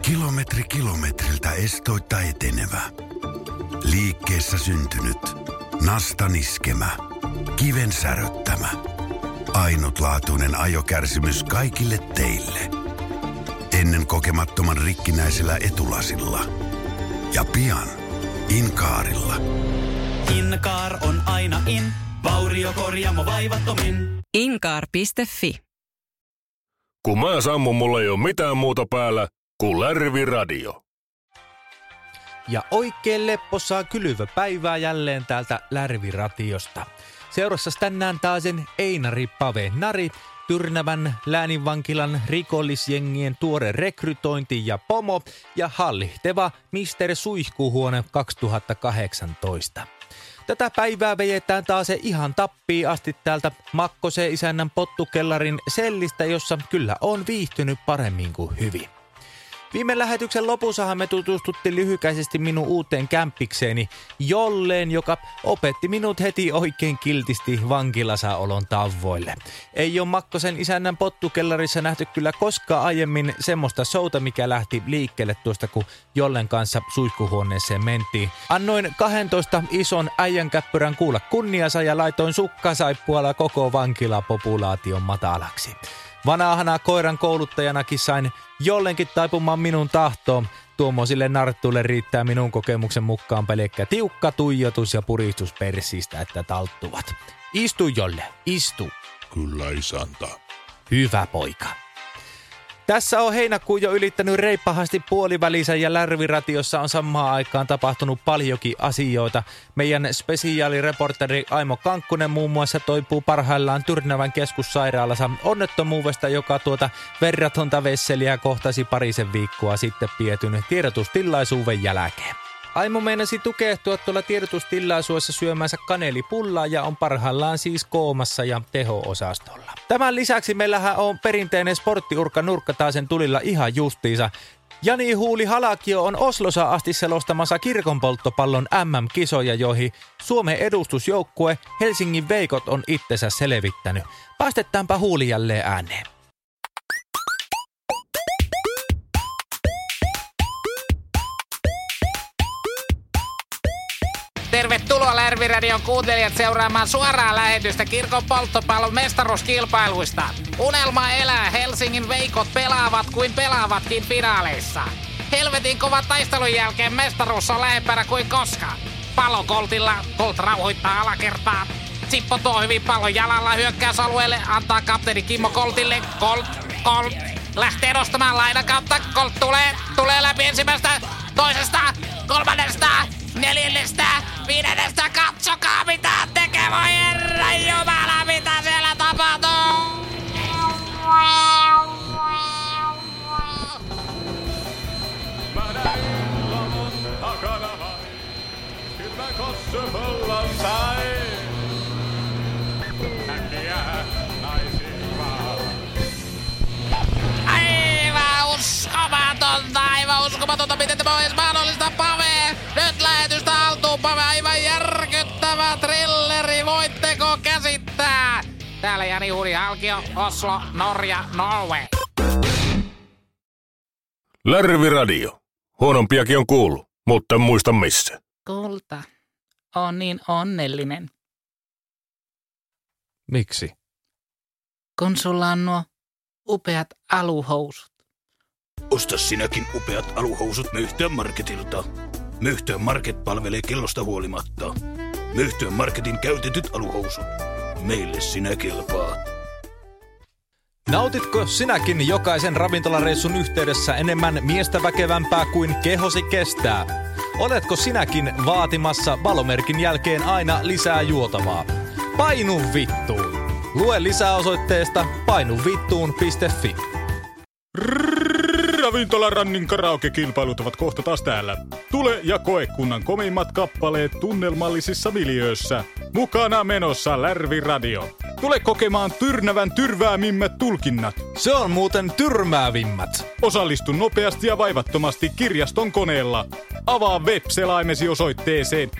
Kilometri kilometriltä estoitta etenevä. Liikkeessä syntynyt. Nastan iskemä. Kiven säröttämä. Ainutlaatuinen ajokärsimys kaikille teille. Ennen kokemattoman rikkinäisellä etulasilla. Ja pian Inkaarilla. Inkaar on aina in. Vauriokorjaamo vaivattomin. Inkaar.fi. Kun mä sammun, mulla ei ole mitään muuta päällä kuin Lärvi-radio. Ja oikein lepposaa kylvöpäivää jälleen täältä Lärvi-radiosta. Seurassas tänään taasen Einari Pave Nari, Tyrnävän lääninvankilan rikollisjengien tuore rekrytointi ja pomo ja hallihteva Mister Suihkuhuone 2018. Tätä päivää vejetään taas ihan tappiin asti täältä Makkosen isännän pottukellarin sellistä, jossa kyllä on viihtynyt paremmin kuin hyvin. Viime lähetyksen lopussahan me tutustuttiin lyhykäisesti minun uuteen kämppikseeni Jolleen, joka opetti minut heti oikein kiltisti vankilasaolon tavoille. Ei ole Makkosen isännän pottukellarissa nähty kyllä koskaan aiemmin semmoista showta, mikä lähti liikkeelle tuosta, kun Jollen kanssa suihkuhuoneeseen mentiin. Annoin 12 ison äijänkäppyrän kuulla kunniansa ja laitoin sukkasaippualla koko vankilapopulaation matalaksi. Vanahana koiran kouluttajanakin sain Jollenkin taipumaan minun tahtoon. Tuommoisille narttuille riittää minun kokemuksen mukaan pelkkä tiukka tuijotus ja puristus persiistä, että talttuvat. Istu, Jolle, istu. Kyllä, isäntä. Hyvä poika. Tässä on heinäkuu jo ylittänyt reippahasti puolivälinsä ja Lärvi-radiossa on samaan aikaan tapahtunut paljonkin asioita. Meidän spesiaalireporteri Aimo Kankkunen muun muassa toipuu parhaillaan Tyrnävän keskussairaalassa onnettomuudesta, joka verratonta vesseliä kohtasi parisen viikkoa sitten pietyn tiedotustilaisuuden jälkeen. Aimo meinasi tukehtua tuolla tiedotustilaisuudessa syömänsä kanelipullaa ja on parhaillaan siis koomassa ja teho-osastolla. Tämän lisäksi meillähän on perinteinen sporttiurkka-nurkka taasen tulilla ihan justiinsa. Jani Huuli Halakio on Oslossa asti selostamassa kirkonpolttopallon MM-kisoja, joihin Suomen edustusjoukkue Helsingin Veikot on itsensä selvittänyt. Päästetäänpä Huuli jälleen ääneen. Tervetuloa Lärvi-radion kuuntelijat seuraamaan suoraa lähetystä kirkon polttopallon mestaruuskilpailuista. Unelma elää, Helsingin Veikot pelaavat kuin pelaavatkin finaaleissa. Helvetin kovan taistelun jälkeen mestaruus on lähempänä kuin koskaan. Pallo Koltilla, Colt rauhoittaa alakertaa. Sippo tuo hyvin pallon jalalla hyökkäysalueelle, antaa kapteeni Kimmo Koltille. Colt lähtee nostamaan laidan kautta. Colt tulee läpi ensimmäistä, toisesta, kolmannesta, neljännestä, viidennestä, katsokaa mitä tekee, voi herra jumala, mitä siellä tapahtuu! Mä näin lamon takana vain, kyllä kossupallon sain. Äkkiä naisiin vaan. Aivan uskomatonta, miten tämä on edes mahdollista, Pave! Nyt lähetystä haltuun, Pave, aivan järkyttävä thrilleri, voitteko käsittää? Täällä Jani Huuli Halkio, Oslo, Norja, Norway. Lärvi-radio. Huonompiakin on kuullut, mutta en muista missä. Kulta, on niin onnellinen. Miksi? Kun sulla on nuo upeat aluhousut. Osta sinäkin upeat aluhousut Möyhtyön Marketilta. Möyhtyön Market palvelee kellosta huolimatta. Möyhtyön Marketin käytetyt aluhousut. Meille sinä kelpaat. Nautitko sinäkin jokaisen ravintolareissun yhteydessä enemmän miestä väkevämpää kuin kehosi kestää? Oletko sinäkin vaatimassa valomerkin jälkeen aina lisää juotavaa? Painu vittuun! Lue lisää osoitteesta painuvittuun.fi. Ravintolarannin karaoke-kilpailut ovat kohta taas täällä. Tule ja koe kunnan komeimmat kappaleet tunnelmallisissa miljöössä. Mukana menossa Lärvi-radio. Tule kokemaan Tyrnävän tyrväämimmät tulkinnat. Se on muuten tyrmäävimmät. Osallistu nopeasti ja vaivattomasti kirjaston koneella. Avaa web-selaimesi osoitteeseen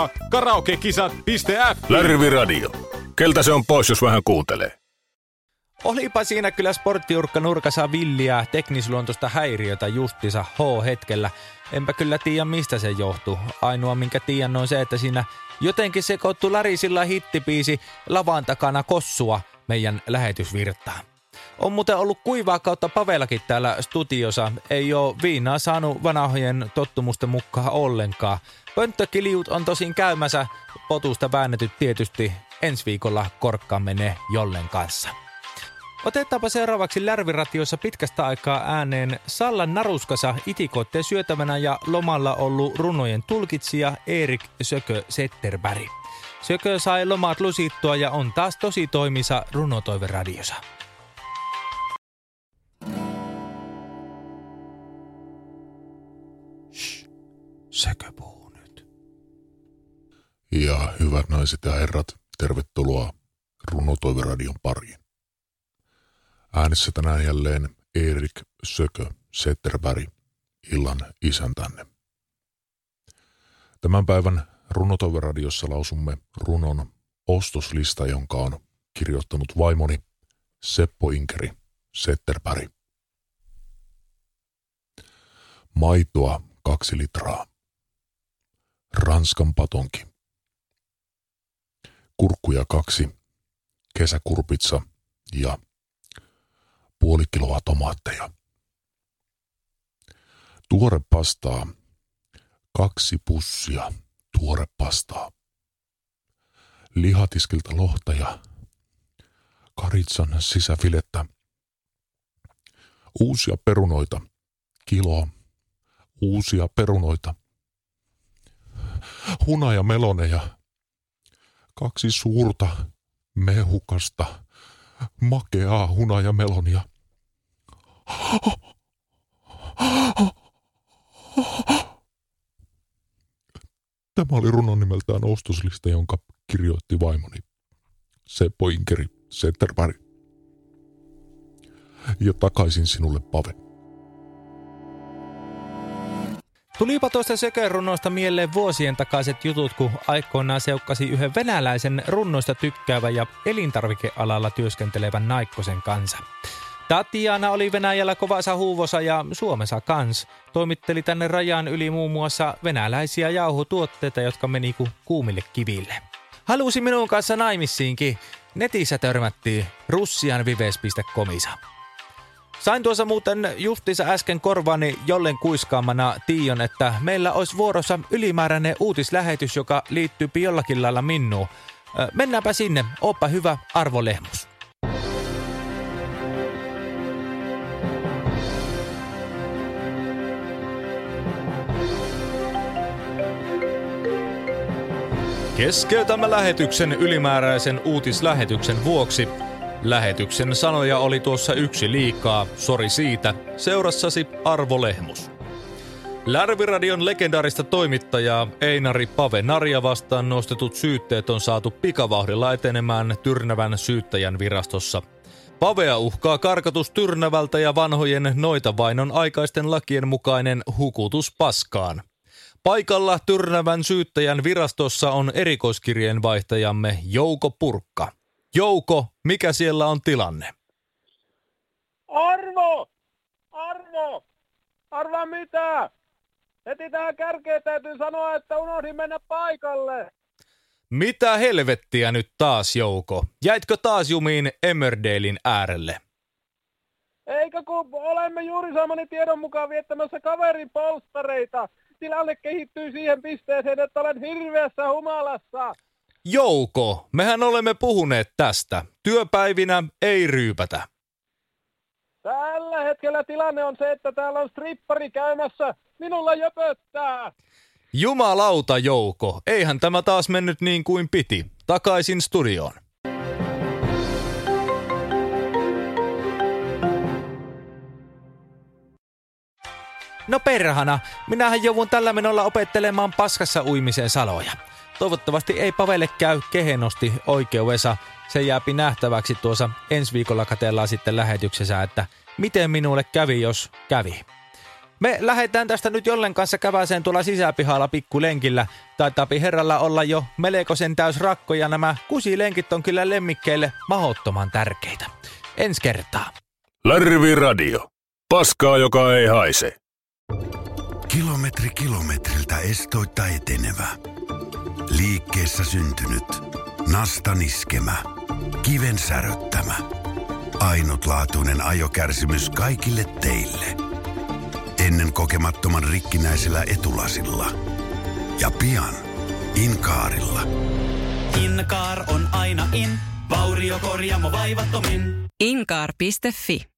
https://karaokekisat.f. Lärvi-radio. Keltä se on pois, jos vähän kuuntelee? Olipa siinä kyllä sporttiurkka nurkassa villiä teknisluontoista häiriötä justiinsa H-hetkellä. Enpä kyllä tiedä mistä se johtuu. Ainoa minkä tiedän on se, että siinä jotenkin sekoittui Larisilla hittipiisi lavan takana kossua meidän lähetysvirtaan. On muuten ollut kuivaa kautta Pavelakin täällä studiossa. Ei oo viinaa saanut vanhojen tottumusten mukaan ollenkaan. Pönttökiliut on tosin käymässä, potusta väännetyt tietysti. Ensi viikolla korkkaamme ne Jollen kanssa. Otetaanpa seuraavaksi Lärviratiossa pitkästä aikaa ääneen Sallan naruskassa itikoitteen syötävänä ja lomalla ollut runojen tulkitsija Erik Sökö Zetterberg. Sökö sai lomat lusittua ja on taas tosi toimisa runotoiveradiossa. Sökö puhuu nyt. Ja hyvät naiset ja herrat, tervetuloa Runotoiveradion pariin. Äänessä tänään jälleen Erik Sökö Zetterberg, illan isäntänne. Tämän päivän Runotoiveradiossa lausumme runon ostoslista, jonka on kirjoittanut vaimoni Seppo Inkeri Zetterberg. Maitoa 2 litraa. Ranskan patonki. Kurkkuja 2. Kesäkurpitsa ja puoli kiloa tomaatteja. Tuorepastaa. 2 pussia tuorepastaa. Lihatiskilta lohta ja karitsan sisäfilettä. Uusia perunoita. Kilo. Uusia perunoita. Hunajameloneja. 2 suurta mehukasta makeaa hunajamelonia. Tämä oli runon nimeltään ostoslista, jonka kirjoitti vaimoni Seppo Inkeri Zetterberg. Ja takaisin sinulle, Pave. Tulipa tuosta Sökön runoista mieleen vuosien takaiset jutut, kun aikoinaan seukkasi yhden venäläisen runnoista tykkäävän ja elintarvikealalla työskentelevän naikkosen kanssa. Tatiana oli Venäjällä kovassa huuvossa ja Suomessa kans. Toimitteli tänne rajan yli muun muassa venäläisiä jauhotuotteita, jotka meni kuin kuumille kiville. Halusi minun kanssa naimissiinkin. Netissä törmättiin russianvives.comissa. Sain tuossa muuten justiinsa äsken korvaani Jollen kuiskaamana tiion, että meillä olisi vuorossa ylimääräinen uutislähetys, joka liittyy jollakin lailla minuun. Mennäänpä sinne, ooppa hyvä Arvo Lehmus. Keskeytämme lähetyksen ylimääräisen uutislähetyksen vuoksi. Lähetyksen sanoja oli tuossa 1 liikaa, sori siitä. Seurassasi Arvo Lehmus. Lärviradion legendaarista toimittajaa Einari Pave Naria vastaan nostetut syytteet on saatu pikavauhdilla etenemään Tyrnävän syyttäjän virastossa. Pavea uhkaa karkatus Tyrnävältä ja vanhojen noitavainon aikaisten lakien mukainen hukutus paskaan. Paikalla Tyrnävän syyttäjän virastossa on erikoiskirjeenvaihtajamme Jouko Purkka. Jouko, mikä siellä on tilanne? Arvo! Arvaa mitä? Heti tähän kärkeen täytyy sanoa, että unohdin mennä paikalle. Mitä helvettiä nyt taas, Jouko? Jäitkö taas jumiin Emmerdalein äärelle? Eikö kun olemme juuri saamani tiedon mukaan viettämässä kaverin polstareita. Tilanne kehittyy siihen pisteeseen, että olen hirveässä humalassa. Jouko, mehän olemme puhuneet tästä. Työpäivinä ei ryypätä. Tällä hetkellä tilanne on se, että täällä on strippari käymässä. Minulla jöpöttää. Jumalauta, Jouko. Eihän tämä taas mennyt niin kuin piti. Takaisin studioon. No perhana, minähän joudun tällä menolla opettelemaan paskassa uimiseen saloja. Toivottavasti ei Pavelle käy kehenosti oikeudessa. Se jääpi nähtäväksi tuossa ensi viikolla katellaan sitten lähetyksessä, että miten minulle kävi, jos kävi. Me lähdetään tästä nyt Jollen kanssa käväseen tuolla sisäpihalla pikkulenkillä. Taitaapi herralla olla jo melkoisen täys rakko ja nämä kusilenkit on kyllä lemmikkeille mahdottoman tärkeitä. Ensi kertaa. Lärvi Radio. Paskaa, joka ei haise. Kilometri kilometriltä estoitta etenevä. Liikkeessä syntynyt. Nastan iskemä. Kiven säröttämä. Ainutlaatuinen ajokärsimys kaikille teille. Ennen kokemattoman rikkinäisellä etulasilla. Ja pian Inkaarilla. Inkaar on aina in. Vauriokorjaamo vaivattomin. Inkaar.fi